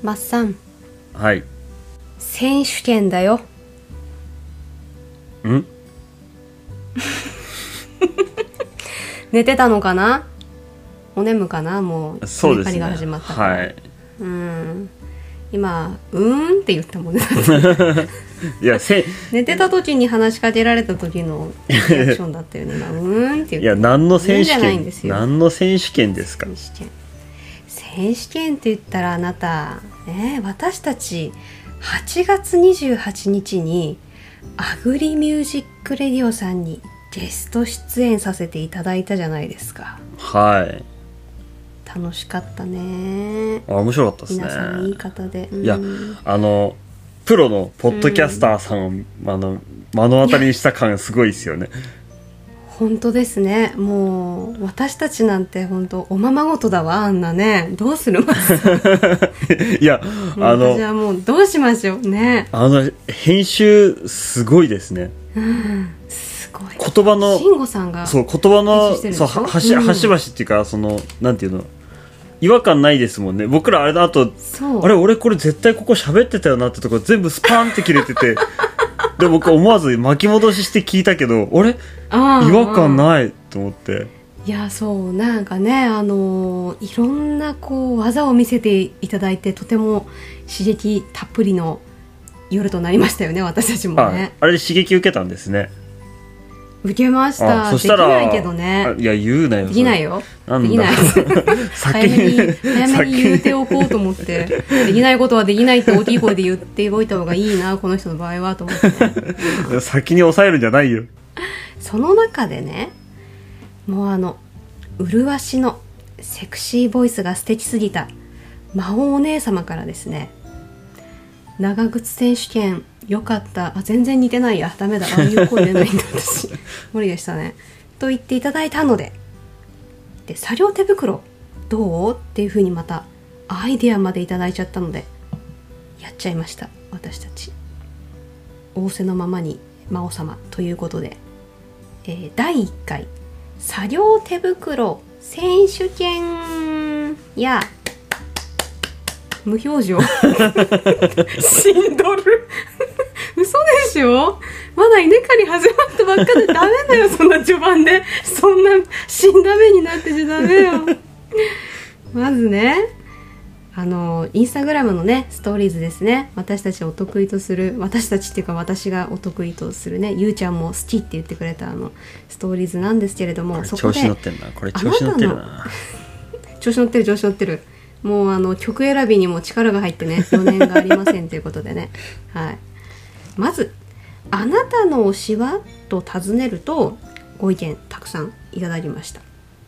マッサン、 はい。 選手権だよ。 ん寝てたのかな、お眠かな、もうそうですね。 締め張りが始まったから、 はい。 今って言ったもんねいや寝てた時に話しかけられた時のリアクションだったよね今って言って。 いや、何の選手権、何の選手権ですか。 選手権って言ったらあなた、私たち8月28日にアグリミュージックレディオさんにゲスト出演させていただいたじゃないですか。 はい。 楽しかったね。 面白かったですね。 皆さんいい方で、 いや、プロのポッドキャスターさんを、目の当たりにした感すごいですよね。 本当ですね。もう私たちなんて本当おままごとだわ、あんなね。どうするいや、 じゃあもうどうしましょうね。 編集すごいですね。 すごい。 言葉の慎吾さんが言葉の端々っていうか、なんていうの、違和感ないですもんね。僕らあれだと、あれ俺これ絶対ここ喋ってたよなってとこ全部スパンって切れててで僕思わず巻き戻しして聞いたけど、違和感ないと思って。 いや、そうなんかね、いろんな技を見せていただいて、とても刺激たっぷりの夜となりましたよね、私たちもね。 あれで刺激受けたんですね。 受けました。 そしたらできないけどね。 いや、言うなよ。 できないよ。できない。早めに言うておこうと思って、できないことはできないって大きい声で言っておいた方がいいな、この人の場合はと思ってね。 先に抑えるんじゃないよ。 その中でね、もう麗しのセクシーボイスが素敵すぎた魔王お姉様からですね、長靴選手権よかった、全然似てないや、ダメだ、ああいう声出ないんだ私無理でしたねと言っていただいたので、作業手袋どうっていう風にまたアイデアまでいただいちゃったのでやっちゃいました。私たち仰せのままに魔王様ということで、第1回作業手袋選手権や無表情死んどる嘘でしょ、まだ稲刈り始まったばっかでダメだよ、そんな序盤でそんな死んだ目になってちゃダメよまずね、インスタグラムのねストーリーズですね、私たちお得意とする、私たちっていうか私がお得意とするね、ゆうちゃんも好きって言ってくれたストーリーズなんですけれども、そこで調子乗ってんな、これ調子乗ってるな調子乗ってる、もう曲選びにも力が入ってね、余念がありませんということでね、はい。まずあなたの推しはと尋ねるとご意見たくさんいただきました。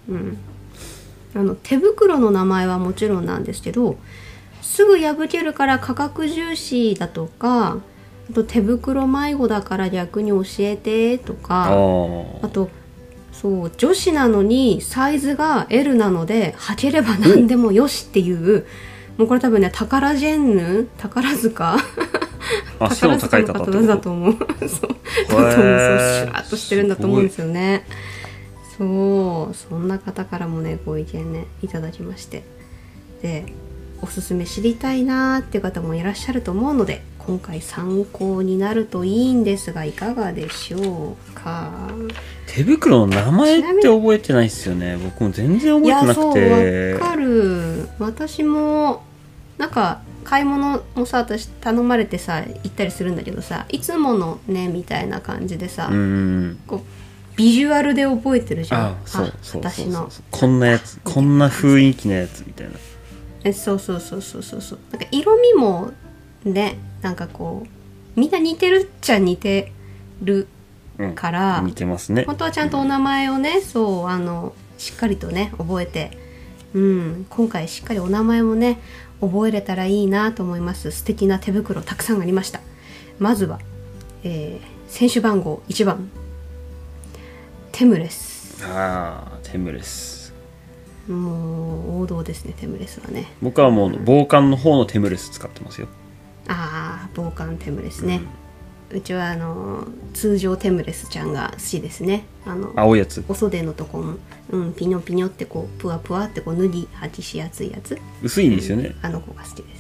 手袋の名前はもちろんなんですけど、すぐ破けるから価格重視だとか、あと手袋迷子だから逆に教えてとか、あとそう女子なのにサイズが L なので履ければ何でもよしっていう、もうこれ多分ね、宝塚宝塚の方だと思うそうだと思う、そうシュワッとしてるんだと思うんですよね。そんな方からもねご意見ねいただきまして、でおすすめ知りたいなーっていう方もいらっしゃると思うので、今回参考になるといいんですが、いかがでしょうか。 手袋の名前って覚えてないですよね。僕も全然覚えてなくて。 いや、そうわかる。私もなんか買い物もさ、私頼まれてさ行ったりするんだけどさ、いつものねみたいな感じでさ、こうビジュアルで覚えてるじゃん。私のこんなやつ、こんな雰囲気のやつみたいな。 そうなんか色味もね、なんかこうみんな似てるっちゃ似てるから、 似てますね。 本当はちゃんとお名前をね、しっかりとね覚えて、今回しっかりお名前もね覚えれたらいいなと思います。素敵な手袋たくさんありました。まずは、選手番号1番テムレス。 テムレスもう王道ですね、テムレスはね。 僕はもう防寒の方のテムレス使ってますよ。 防寒テムレスね、うちは通常テムレスちゃんが好きですね。 青いやつ、 お袖のとこも、ピニョピニョってこうプワプワってこう脱ぎ履きしやすいやつ、 薄いんですよね、 あの子が好きです。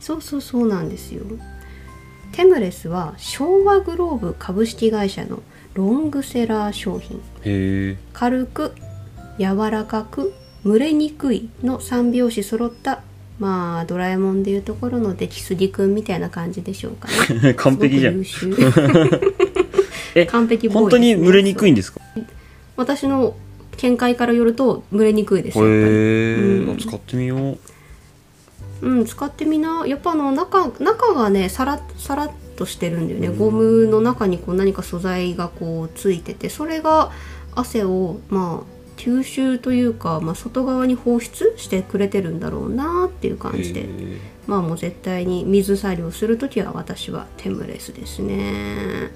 そうそうそうなんですよ。テムレスは昭和グローブ株式会社のロングセラー商品。 へえ。 軽く柔らかく蒸れにくいの3拍子揃った、まあドラえもんでいうところのデキスギくんみたいな感じでしょうかね。 完璧じゃん。 優秀。完璧ボーイですね。 本当に蒸れにくいんですか？ 私の見解からよると蒸れにくいですよ。 へえ、使ってみよう。 使ってみな。やっぱ中がねサラッとしてるんだよね。ゴムの中にこう何か素材がこうついてて、それが汗をまあ吸収というか、まあ、外側に放出してくれてるんだろうなっていう感じで、まあもう絶対に水作業するときは私はテムレスですね。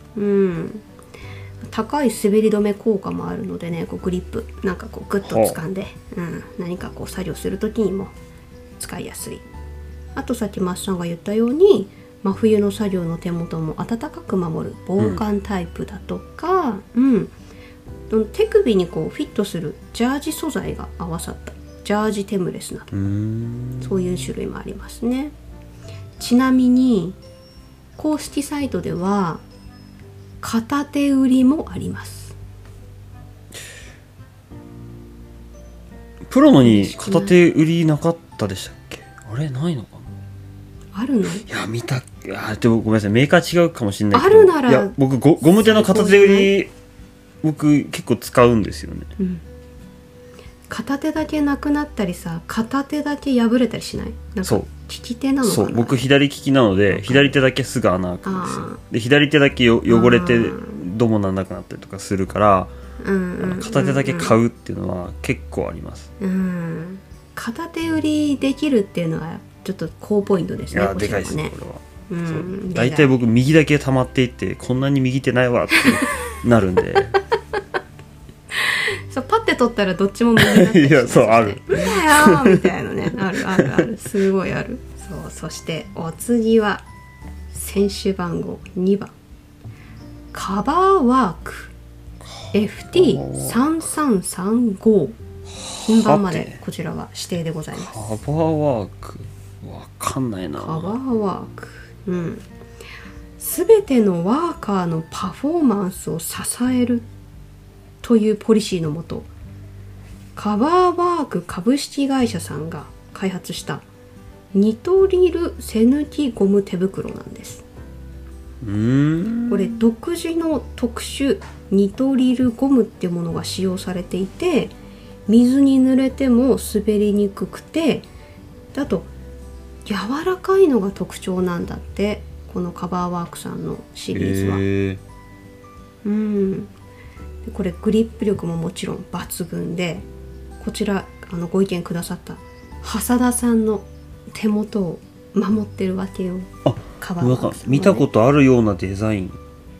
高い滑り止め効果もあるのでね、こうグリップなんかこうグッと掴んで、何かこう作業するときにも使いやすい。あとさっきマッサンが言ったように真冬の作業の手元も暖かく守る防寒タイプだとか、手首にこうフィットするジャージ素材が合わさったジャージテムレスなど、そういう種類もありますね。ちなみに公式サイトでは片手売りもあります。 プロのに片手売りなかったでしたっけ？あれないのかな？ あるの？いや見た。でもごめんなさい、メーカー違うかもしれないけど、 あるなら、 いや僕ゴム手の片手売り僕結構使うんですよね。 片手だけなくなったりさ、片手だけ破れたりしない？なんか利き手なのかな？そう、 僕左利きなので左手だけすぐ穴開くんですよ。で左手だけ汚れてどうもなんなくなったりとかするから、片手だけ買うっていうのは結構あります。 片手売りできるっていうのはちょっと高ポイントですね。 いやでかいですねこれは。だいたい僕右だけ溜まっていってこんなに右手ないわってなるんでそうパッて取ったらどっちも右になっていやそうあるみたいなねあるすごいある。そしてお次は選手番号2番カバーワーク FT3335 品番までこちらは指定でございます。 カバーワークわかんないな。 カバーワーク、全てのワーカーのパフォーマンスを支えるというポリシーのもと、カバーワーク株式会社さんが開発したニトリル背抜きゴム手袋なんです。これ独自の特殊ニトリルゴムっていうものが使用されていて、水に濡れても滑りにくくて、あと柔らかいのが特徴なんだって、このカバーワークさんのシリーズは。これグリップ力ももちろん抜群で、こちらご意見くださった浅田さんの手元を守ってるわけよ。カバーワークさん、ね、 見たことあるようなデザイ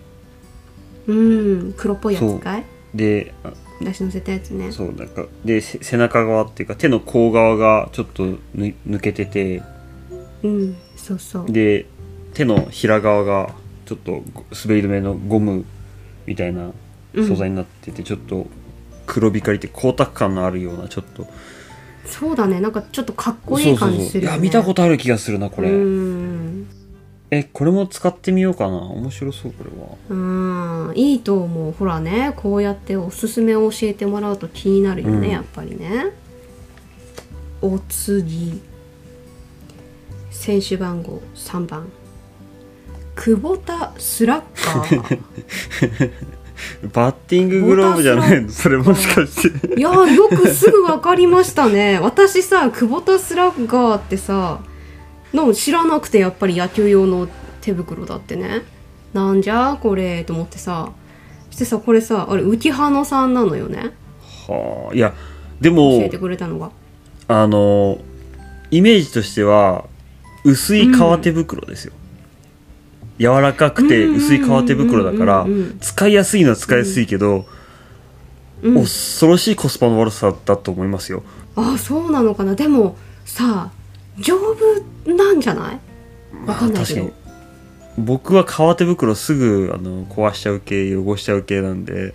ン。黒っぽいやつかい？ で出し乗せたやつね。 そうなんかで背中側っていうか手の甲側がちょっと抜けてて、 そうで手のひら側がちょっと滑り止めのゴムみたいな素材になってて、ちょっと黒光りって光沢感のあるような、ちょっとそうだね、なんかちょっとかっこいい感じするよね。 いや見たことある気がするなこれ。これも使ってみようかな。面白そうこれは。いいと思う。ほらね、こうやっておすすめを教えてもらうと気になるよね、やっぱりね。お次選手番号3番久保田スラッガーバッティンググローブじゃないのそれ、もしかして。 いやよくすぐ分かりましたね。私さ、久保田スラッガーってさの知らなくて、やっぱり野球用の手袋だってね。なんじゃこれと思ってさ、してさ、これさ、あれ浮葉さんなのよね。 はあ、いやでも教えてくれたのがイメージとしては薄い革手袋ですよ。柔らかくて薄い革手袋だから使いやすいのは使いやすいけど、恐ろしいコスパの悪さだと思いますよ。 そうなのかな。でもさ、丈夫なんじゃない？わかんないけど、 確かに僕は革手袋すぐ壊しちゃう系、汚しちゃう系なんで。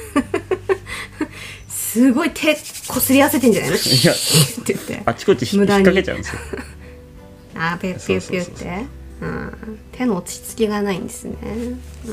すごい手こすり合わせてんじゃないの？いやって言ってあちこち引っ掛けちゃうんですよ。 あ、ピュッピュッピュッって、うん、手の落ち着きがないんですね、うん、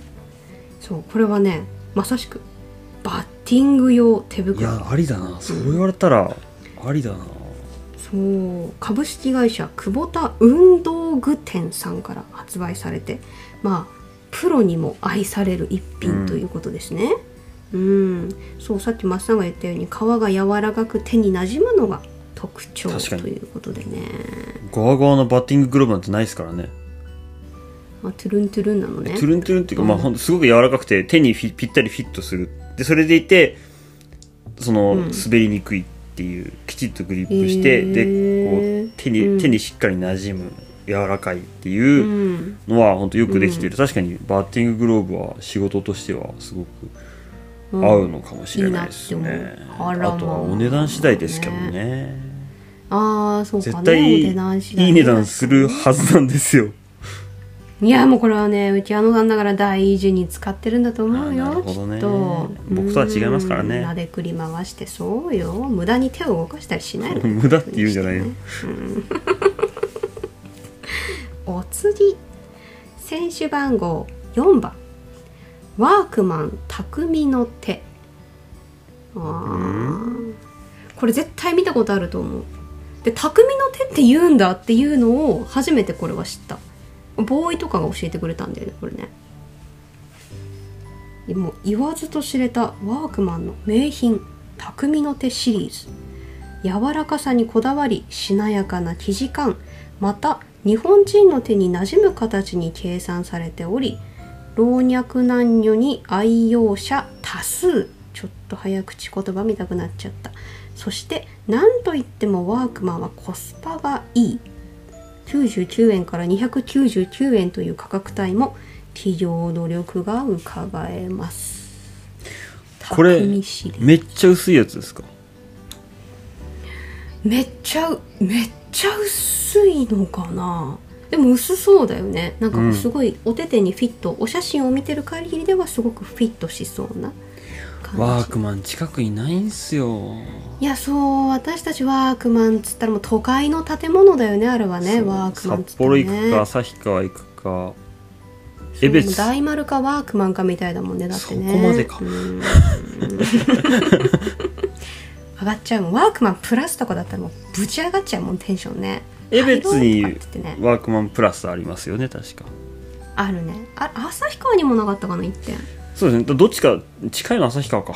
そうこれはねまさしくバッティング用手袋。 いやありだな、そう言われたらありだな。 そう株式会社久保田運動具店さんから発売されて、まあプロにも愛される一品ということですね。そうさっきマッサンが言ったように皮が柔らかく手に馴染むのが特徴ということでね。 ゴワゴワのバッティンググローブなんてないですからね。 トゥルントゥルンなのね。 トゥルントゥルンっていうか、まあほんとすごく柔らかくて手にぴったりフィットする。でそれでいてその、滑りにくいっていうきちっとグリップして、でこう手にしっかり馴染む柔らかいっていうのは本当よくできてる、確かにバッティンググローブは仕事としてはすごく合うのかもしれないですね。あとはお値段次第ですけどね。 そうかね、 絶対いい値段するはずなんですよ。 いやもうこれはねうち旦那から大事に使ってるんだと思うよ。なるほどね、きっと僕とは違いますからね。 なでくり回してそうよ、無駄に手を動かしたりしないの無駄って言うんじゃないよ、 お次選手番号4番ワークマン匠の手。これ絶対見たことあると思う。で匠の手って言うんだっていうのを初めてこれは知った。ボーイとかが教えてくれたんだよねこれね。もう言わずと知れたワークマンの名品匠の手シリーズ。柔らかさにこだわりしなやかな生地感、また日本人の手に馴染む形に計算されており、老若男女に愛用者多数。ちょっと早口言葉見たくなっちゃった。そして何といってもワークマンはコスパがいい。99円から299円という価格帯も企業努力がうかがえます。 これめっちゃ薄いやつですか？ めっちゃ薄いのかな。でも薄そうだよね。なんかすごいお手手にフィット、お写真を見てる限りではすごくフィットしそうな感じ。 ワークマン近くにないんすよ。 いやそう私たちワークマンっつったらもう都会の建物だよねあれはね。ワークマンっつったらね、 札幌行くか旭川行くか江別大丸かワークマンかみたいだもんね。だってねそこまでか上がっちゃうもん。ワークマンプラスとかだったらもうぶち上がっちゃうもんテンションね。 江別にワークマンプラスありますよね確か。 あるね。旭川にもなかったかな1点。 そうですね、どっちか近いの旭川か。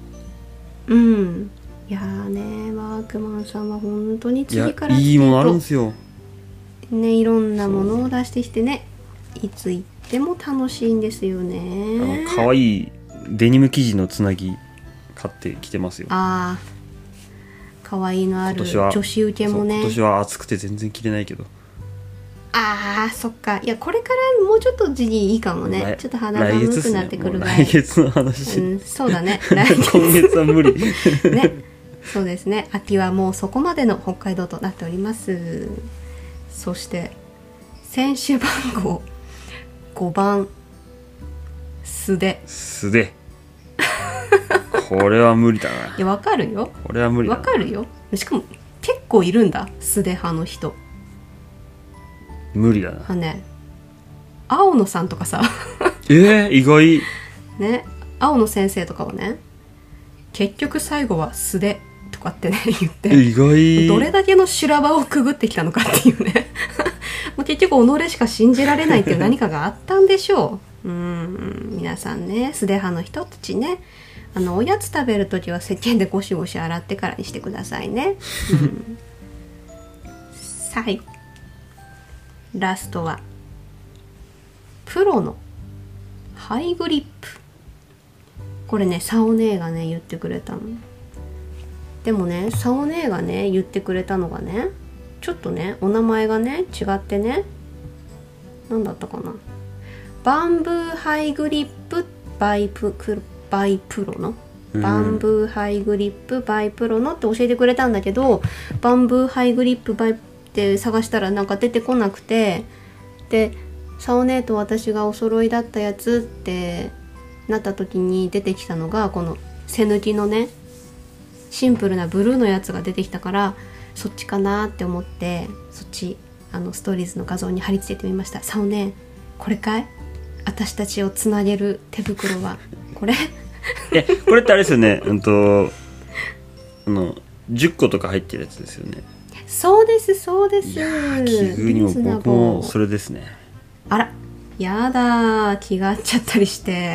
いやーねワークマンさんは本当に次からいいものあるんですよね。いろんなものを出してきてね、いつ行っても楽しいんですよね。 かわいいデニム生地のつなぎ買ってきてますよ。 かわいいのある女子受けもね。 今年は暑くて全然着れないけど。 そっか。いやこれからもうちょっと時期いいかもね。ちょっと肌寒くなってくるぐらい。 来月の話、 そうだね今月は無理ね。そうですね、秋はもうそこまでの北海道となっております。そして選手番号5番素手これは無理だな。 いやわかるよ、 これは無理だな。 わかるよ。しかも結構いるんだ素手派の人。 無理だな。 ね、青野さんとかさ意外ね、青野先生とかはね結局最後は素手とかってね言って意外どれだけの修羅場をくぐってきたのかっていうねもう結局己しか信じられないっていう何かがあったんでしょう。皆さんね素手派の人たちね、おやつ食べるときは石鹸でゴシゴシ洗ってからにしてくださいね。最後ラストはプロのハイグリップ。これねサオ姉がね言ってくれたの。でもねサオ姉がね言ってくれたのがねちょっとねお名前がね違ってね、何だったかな、バンブーハイグリップバイプロのバンブーハイグリップバイプロのって教えてくれたんだけど、バンブーハイグリップバイって探したらなんか出てこなくて、でサオ姉と私がお揃いだったやつってなった時に出てきたのがこの背抜きのねシンプルなブルーのやつが出てきたからそっちかなって思ってそっちストーリーズの画像に貼り付けてみました。さおね、これかい、私たちをつなげる手袋はこれこれってあれですよね、10個とか入ってるやつですよね。 そうですそうです。 いやー、奇遇にも僕もそれですね。 あら、やだ、気が合っちゃったりして。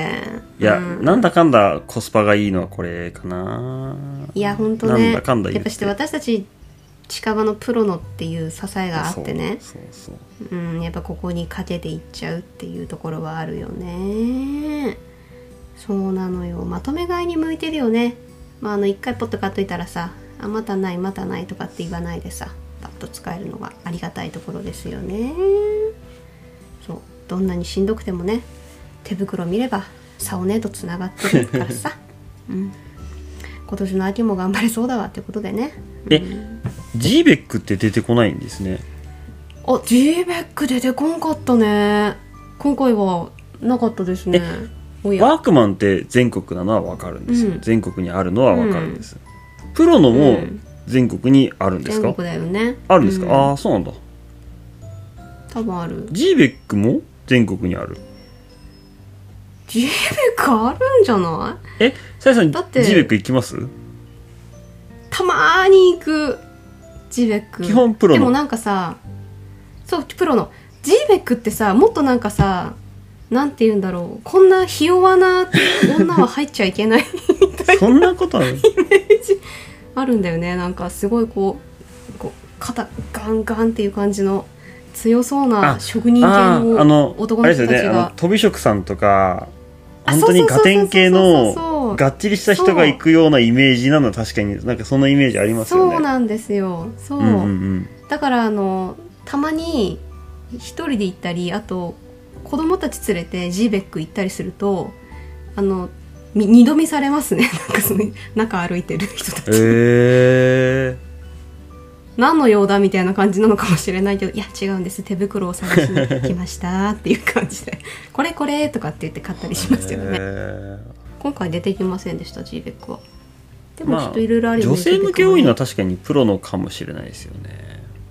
いや、なんだかんだコスパがいいのはこれかな。 いやほんとね、 なんだかんだ言って、 やっぱして私たち近場のプロのっていう支えがあってね、やっぱここにかけていっちゃうっていうところはあるよね。そうなのよ、まとめ買いに向いてるよね。一回ポッと買っといたらさ、またないまたないとかって言わないでさ、パッと使えるのがありがたいところですよね。そう、どんなにしんどくてもね、手袋見ればサオネとつながってるからさ、今年の秋も頑張れそうだわってことでね。 ジーベックって出てこないんですね。 ジーベック出てこんかったね。今回はなかったですね。 ワークマンって全国なのは分かるんですよ、全国にあるのは分かるんです、プロのも全国にあるんですか？ 全国だよね。 あるんですか？ああ、そうなんだ。 多分ある。 ジーベックも全国にある。 ジーベックあるんじゃない？ さやさん、ジーベック行きます？ たまーに行く。ジーベック基本プロの。 でもなんかさ、そう、プロのジーベックってさ、もっとなんかさ、なんて言うんだろう、こんなひ弱な女は入っちゃいけないみたいなそんなことある？ イメージあるんだよね。なんかすごいこう肩ガンガンっていう感じの強そうな職人系の男の人たちが、あれですよね、 飛び職さんとか本当にガテン系のがっちりした人が行くようなイメージなのは確かになんかそのイメージありますよね。 そうなんですよ。そう、だからたまに一人で行ったり、あと子供たち連れてジーベック行ったりすると二度見されますね。なんかその中歩いてる人たち、何の用だみたいな感じなのかもしれないけど、いや違うんです、手袋を探しに来ましたっていう感じでこれこれとかって言って買ったりしますけどね。今回出てきませんでした、ジーベックは。でもきっといろいろあるよね、 女性向け多いのは確かにプロのかもしれないですよね。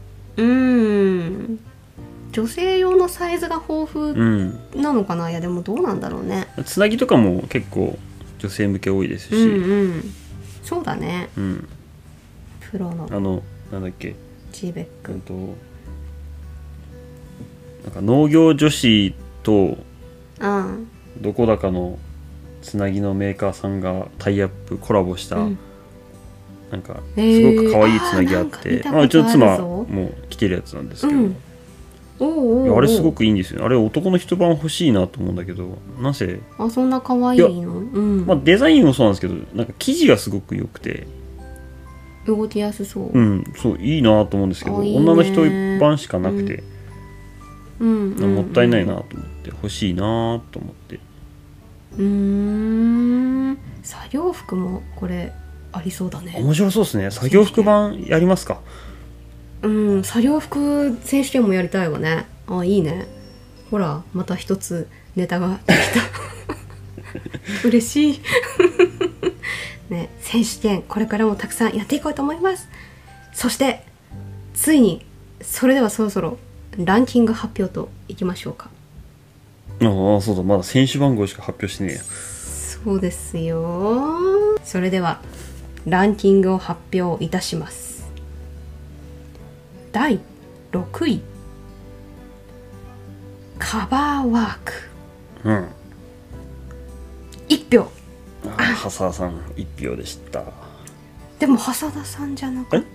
女性用のサイズが豊富なのかな。いやでもどうなんだろうね。 つなぎとかも結構女性向け多いですし、 そうだね、プロのなんだっけ、 ジーベック、 なんか農業女子とどこだかのつなぎのメーカーさんがタイアップコラボした、なんかすごく可愛いつなぎあって、うちの妻も着てるやつなんですけど、あれすごくいいんですよ。あれ男の一晩欲しいなと思うんだけど、なぜそんな可愛いの？ デザインもそうなんですけど、なんか生地がすごく良くて動きやすそう。 そういいなと思うんですけど、女の人一晩しかなくて、もったいないなと思って欲しいなと思って。 作業服もこれありそうだね。 面白そうですね。作業服版やりますか？ 作業服選手権もやりたいわね。いいね。ほらまた一つネタができた嬉しいね、選手権これからもたくさんやっていこうと思います。そしてついにそれではそろそろランキング発表といきましょうか。 そうだ、まだ選手番号しか発表してねえや。 そうですよ。それではランキングを発表いたします。第6位カバーワーク、1票。 浅田さん1票でした。 でも浅田さんじゃなかった。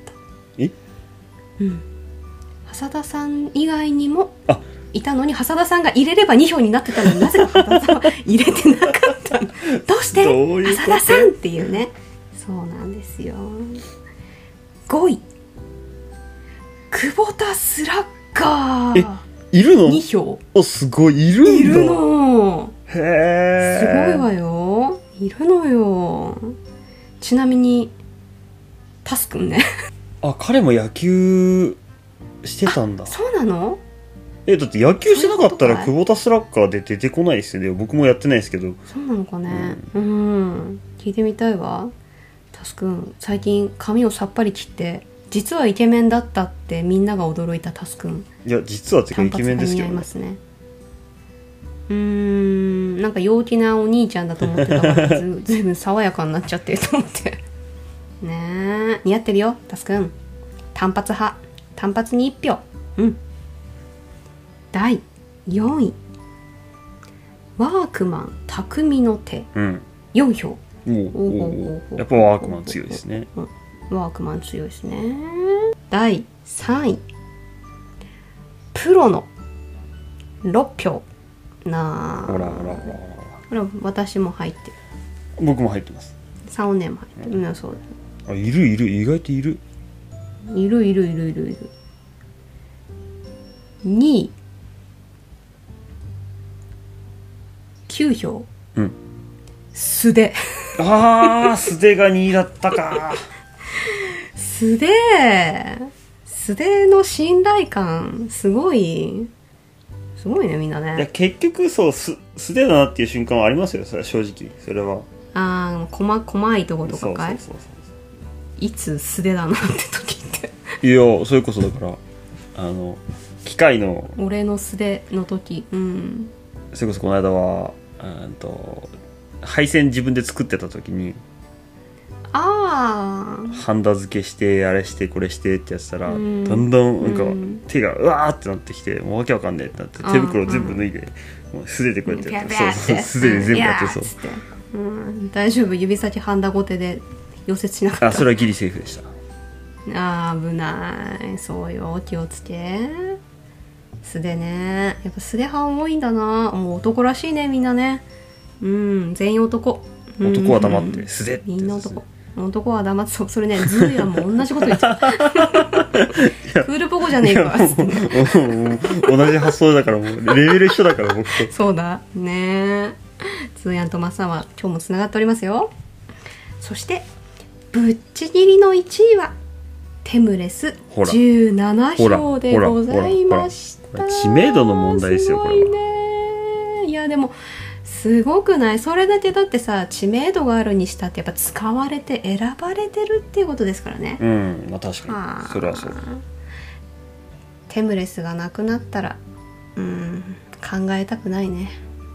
浅田さん以外にもいたのに、浅田さんが入れれば2票になってたのに、なぜか浅田さんは入れてなかったのどうして浅田さんっていうね。そうなんですよ。5位久保田スラッガー、 いるの 2票。 すごい、いるんだ。 いるの。 へえ、 すごいわよ。いるのよ。ちなみにタスくんね彼も野球してたんだ。 そうなの？ だって野球してなかったら久保田スラッガーで出てこないですよね。僕もやってないですけど。 そうなのかね。聞いてみたいわ。タスくん最近髪をさっぱり切って実はイケメンだったってみんなが驚いたタスくん。 いや実はてかイケメンですけどね。 単発が似合いますね。なんか陽気なお兄ちゃんだと思ってたからずいぶん爽やかになっちゃってると思ってねえ、似合ってるよタスくん。単発派、単発に1票。第4位ワークマン匠の手、4票。 やっぱワークマン強いですね。 ワークマン強いですね。第3位プロの6票。なあ、 ほらこれは私も入ってる。 僕も入ってます。 サオネも入ってる。そうだ。いる意外といる。 いる。2位9票。素手。 素手が2位だったか。 素手の信頼感すごいね、みんなね。 いや結局そう素手だなっていう瞬間はありますよ。それは正直。それは細いとことかかい。いつ素手だなって時って。 いやそれこそだから機械の俺の素手の時、 それこそこの間は配線自分で作ってた時にハンダ付けしてあれしてこれしてってやってたら、だんだんなんか手がうわーってなってきて、もうわけわかんねえってなって手袋全部脱いで、もう素手でこうやってやって、そう素手で全部やって、そう大丈夫、指先ハンダごてで溶接しなかった。 それはギリセーフでした。 危ない。そうよ、気をつけ。素手ね、やっぱ素手派多いんだな。もう男らしいね、みんなね。全員男。 男は黙って素手って。 みんな男は黙って。それね、ズーヤも同じこと言っちゃう。クールポコじゃねえかっつってね。 同じ発想だから、もうレベル一緒だから僕と。 そうだね。ズーヤンとマッサンは今日もつながっておりますよ。そしてぶっちぎりの1位はテムレス17票でございました。 知名度の問題ですよ、これは。 すごいね。いやでもすごくない？それだけだってさ、知名度があるにしたってやっぱ使われて選ばれてるっていうことですからね。 まあ確かにそれはそう。 テムレスがなくなったら考えたくないね。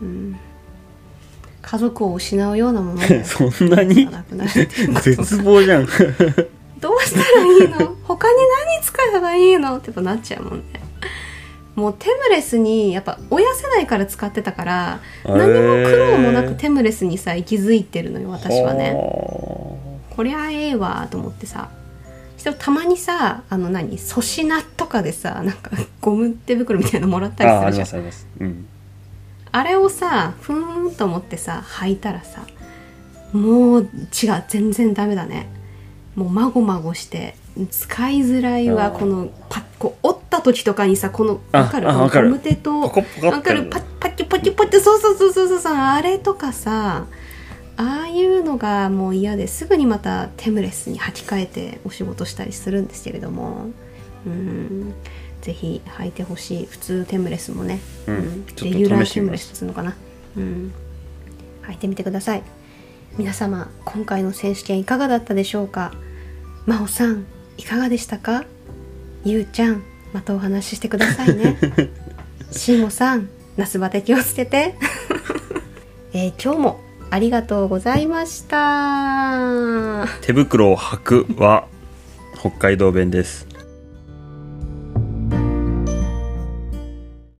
家族を失うようなものでそんなに絶望じゃん。 どうしたらいいの？他に何使えばいいのってやっぱなっちゃうもんね。もうテムレスにやっぱ親世代から使ってたから何も苦労もなくテムレスにさ息づいてるのよ、私はね。こりゃええわと思ってさ、たまにさ粗品とかでさ、なんかゴム手袋みたいなのもらったりするじゃん。 あります、 あれをさふーんと思ってさ履いたらさ、もう違う、全然ダメだね。もうまごまごして使いづらいわ。このこう折った時とかにさ、この分かる、このゴム手と分かる、パッキポキポって、そうあれとかさ、ああいうのがもう嫌ですぐにまたテムレスに履き替えてお仕事したりするんですけれども、ぜひ履いてほしい。普通テムレスもね、レギュラーテムレスっていうのかな、履いてみてください。皆様今回の選手権いかがだったでしょうか。真帆さんいかがでしたか。ゆうちゃんまたお話ししてくださいね。しもさん夏バテ気をつけて。今日もありがとうございました。 手袋を履くは北海道弁です。